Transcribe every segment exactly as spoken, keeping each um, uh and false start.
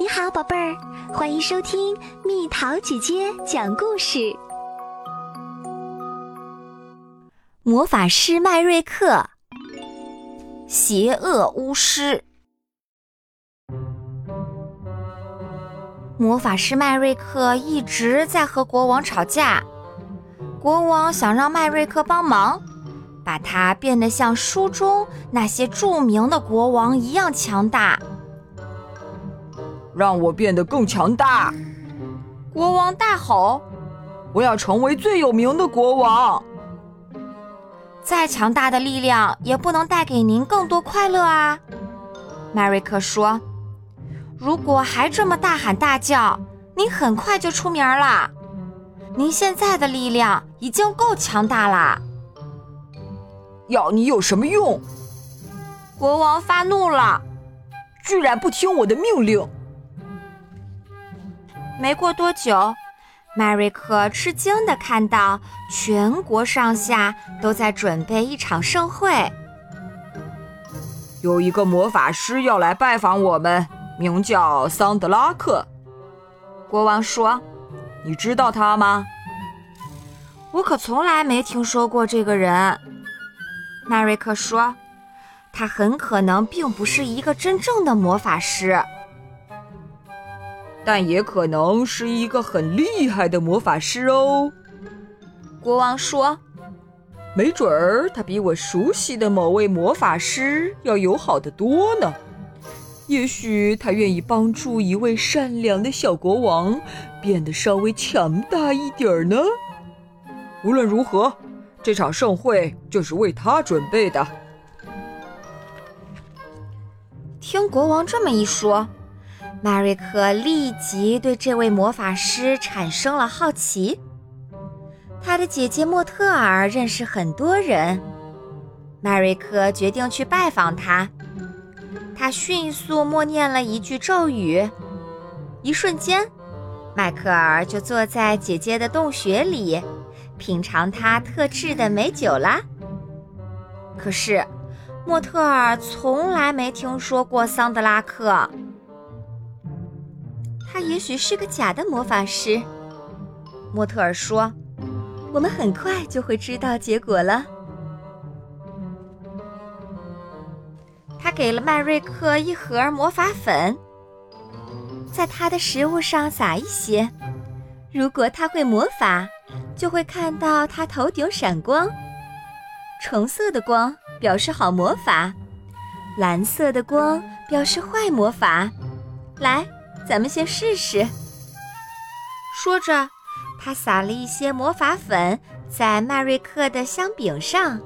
你好，宝贝儿，欢迎收听蜜桃姐姐讲故事。 魔法师麦瑞克，邪恶巫师。魔法师麦瑞克一直在和国王吵架，国王想让麦瑞克帮忙，把他变得像书中那些著名的国王一样强大。 让我变得更强大！ 国王大吼： 我要成为最有名的国王！ 再强大的力量也不能带给您更多快乐啊！麦瑞克说，如果还这么大喊大叫，您很快就出名了。您现在的力量已经够强大啦。 要你有什么用？ 国王发怒了， 居然不听我的命令！ 没过多久，麦瑞克吃惊地看到全国上下都在准备一场盛会。 有一个魔法师要来拜访我们，名叫桑德拉克。 国王说， 你知道他吗？ 我可从来没听说过这个人。麦瑞克说，他很可能并不是一个真正的魔法师， 但也可能是一个很厉害的魔法师哦。 国王说， 没准儿他比我熟悉的某位魔法师要友好得多呢。也许他愿意帮助一位善良的小国王变得稍微强大一点呢。无论如何，这场盛会就是为他准备的。 听国王这么一说，麦瑞克立即对这位魔法师产生了好奇。他的姐姐莫特尔认识很多人，麦瑞克决定去拜访他。他迅速默念了一句咒语，一瞬间，迈克尔就坐在姐姐的洞穴里，品尝他特制的美酒啦。可是，莫特尔从来没听说过桑德拉克。他也许是个假的魔法师，莫特尔说，我们很快就会知道结果了。他给了麦瑞克一盒魔法粉，在他的食物上撒一些，如果他会魔法，就会看到他头顶闪光。橙色的光表示好魔法，蓝色的光表示坏魔法。来，咱们先试试。说着，他撒了一些魔法粉在麦瑞克的香饼上。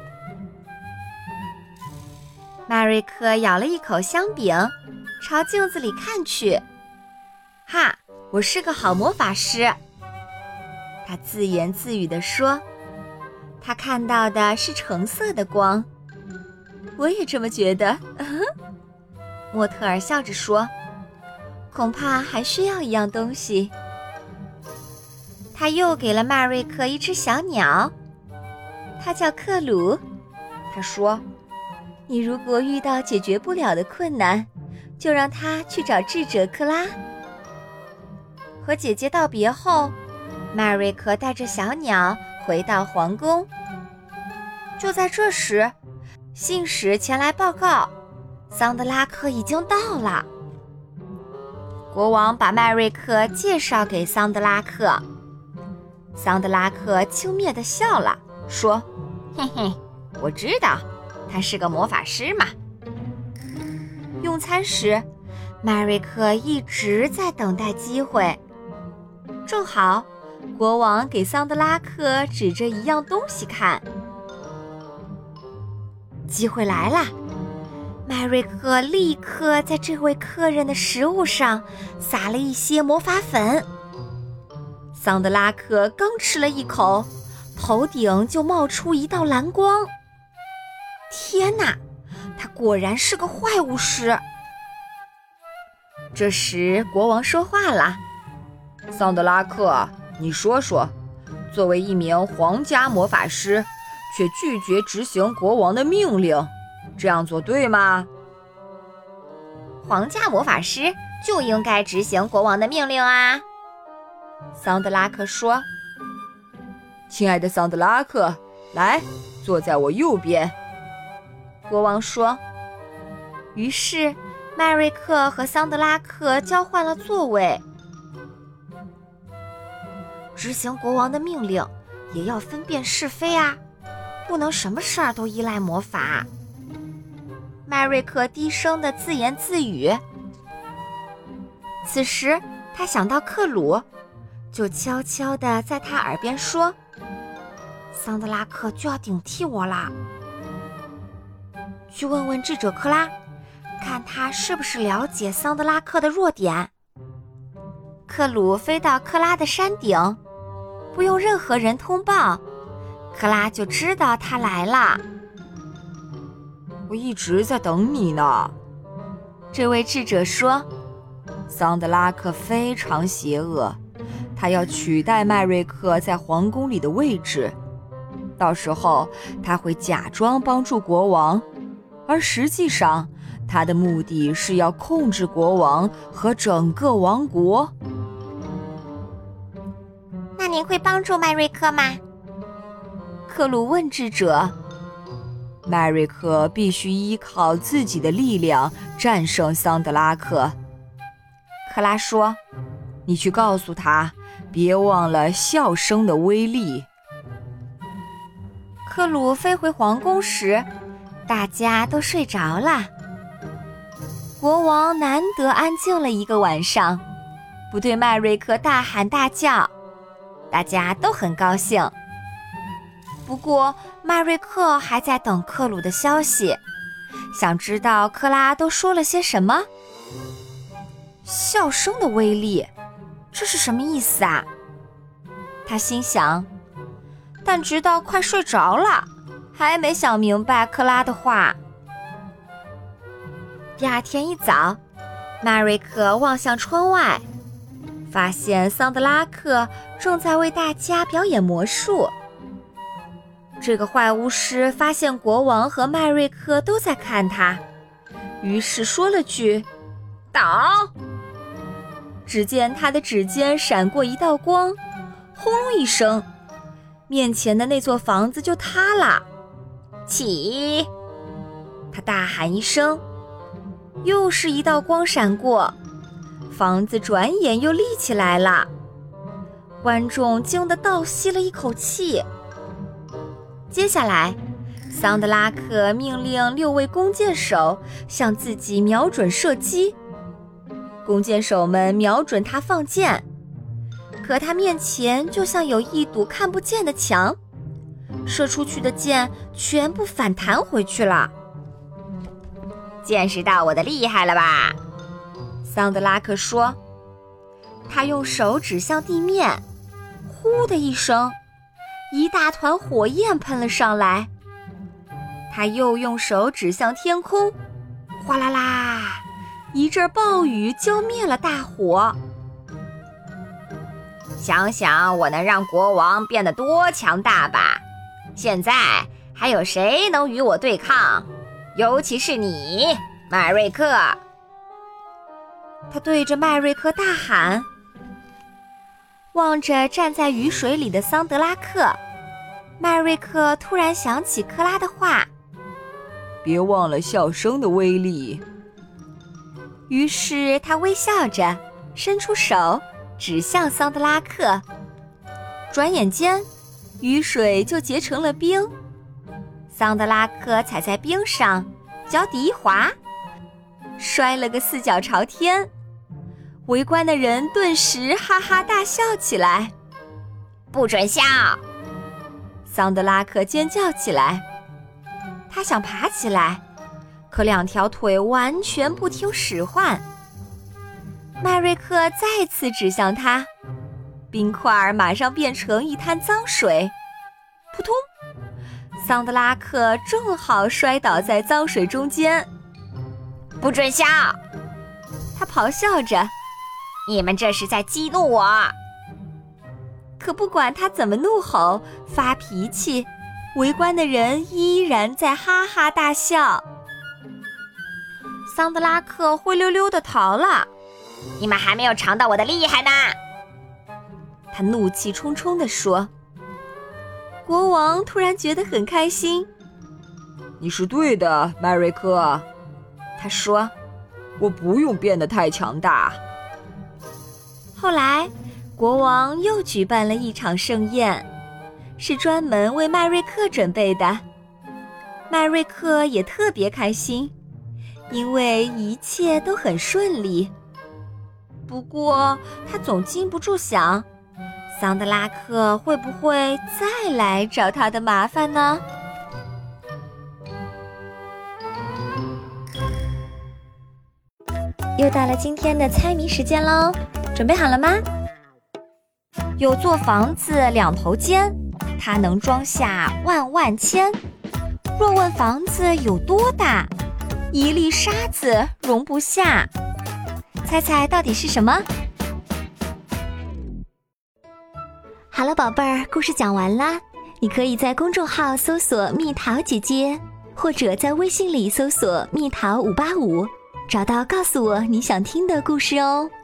麦瑞克咬了一口香饼，朝镜子里看去。哈，我是个好魔法师，他自言自语地说。他看到的是橙色的光。我也这么觉得。莫特尔笑着说，恐怕还需要一样东西。他又给了麦瑞克一只小鸟，它叫克鲁。他说，你如果遇到解决不了的困难，就让他去找智者克拉。和姐姐道别后，麦瑞克带着小鸟回到皇宫。就在这时，信使前来报告，桑德拉克已经到了。国王把麦瑞克介绍给桑德拉克。桑德拉克轻蔑地笑了，说，嘿嘿，我知道，他是个魔法师嘛。用餐时，麦瑞克一直在等待机会。正好，国王给桑德拉克指着一样东西看。机会来了，麦瑞克立刻在这位客人的食物上撒了一些魔法粉。桑德拉克刚吃了一口，头顶就冒出一道蓝光。天哪，他果然是个坏巫师。这时国王说话了， 桑德拉克，你说说，作为一名皇家魔法师，却拒绝执行国王的命令，这样做对吗？ 皇家魔法师就应该执行国王的命令啊。桑德拉克说。 亲爱的桑德拉克，来，坐在我右边。 国王说。于是麦瑞克和桑德拉克交换了座位。执行国王的命令也要分辨是非啊，不能什么事儿都依赖魔法。麦瑞克低声地自言自语。此时他想到克鲁，就悄悄地在他耳边说，桑德拉克就要顶替我啦。去问问智者克拉，看他是不是了解桑德拉克的弱点。克鲁飞到克拉的山顶，不用任何人通报，克拉就知道他来了。 我一直在等你呢， 这位智者说。 桑德拉克非常邪恶，他要取代麦瑞克在皇宫里的位置，到时候他会假装帮助国王，而实际上他的目的是要控制国王和整个王国。 那您会帮助麦瑞克吗？克鲁问智者。 麦瑞克必须依靠自己的力量战胜桑德拉克。 克拉说。 你去告诉他，别忘了笑声的威力。 克鲁飞回皇宫时，大家都睡着了。国王难得安静了一个晚上，不对麦瑞克大喊大叫，大家都很高兴。不过麦瑞克还在等克鲁的消息，想知道克拉都说了些什么。笑声的威力，这是什么意思啊？他心想，但直到快睡着了，还没想明白克拉的话。第二天一早，麦瑞克望向窗外，发现桑德拉克正在为大家表演魔术。这个坏巫师发现国王和麦瑞克都在看他，于是说了句倒。只见他的指尖闪过一道光，轰隆一声，面前的那座房子就塌了。起！他大喊一声，又是一道光闪过，房子转眼又立起来了。观众惊得倒吸了一口气。接下来，桑德拉克命令六位弓箭手向自己瞄准射击。弓箭手们瞄准他放箭，可他面前就像有一堵看不见的墙，射出去的箭全部反弹回去了。见识到我的厉害了吧？桑德拉克说。他用手指向地面，呼的一声，一大团火焰喷了上来。他又用手指向天空，哗啦啦，一阵暴雨浇灭了大火。想想我能让国王变得多强大吧！现在还有谁能与我对抗？尤其是你，麦瑞克！他对着麦瑞克大喊。望着站在雨水里的桑德拉克，麦瑞克突然想起克拉的话： 别忘了笑声的威力。 于是他微笑着伸出手指向桑德拉克，转眼间雨水就结成了冰。桑德拉克踩在冰上，脚底一滑，摔了个四脚朝天。围观的人顿时哈哈大笑起来。不准笑！桑德拉克尖叫起来。他想爬起来，可两条腿完全不听使唤。麦瑞克再次指向他，冰块马上变成一滩脏水。扑通！桑德拉克正好摔倒在脏水中间。不准笑！他咆哮着，你们这是在激怒我！可不管他怎么怒吼发脾气，围观的人依然在哈哈大笑。 桑德拉克灰溜溜地逃了。 你们还没有尝到我的厉害呢！ 他怒气冲冲地说。国王突然觉得很开心。 你是对的，麦瑞克， 他说， 我不用变得太强大。 后来，国王又举办了一场盛宴，是专门为麦瑞克准备的。麦瑞克也特别开心，因为一切都很顺利。不过，他总禁不住想，桑德拉克会不会再来找他的麻烦呢？又到了今天的猜谜时间喽，准备好了吗？有座房子两头尖，它能装下万万千。若问房子有多大，一粒沙子容不下。猜猜到底是什么？ 好了，宝贝儿，故事讲完啦。你可以在公众号搜索蜜桃姐姐，或者在微信里搜索蜜桃五八五，找到告诉我你想听的故事哦。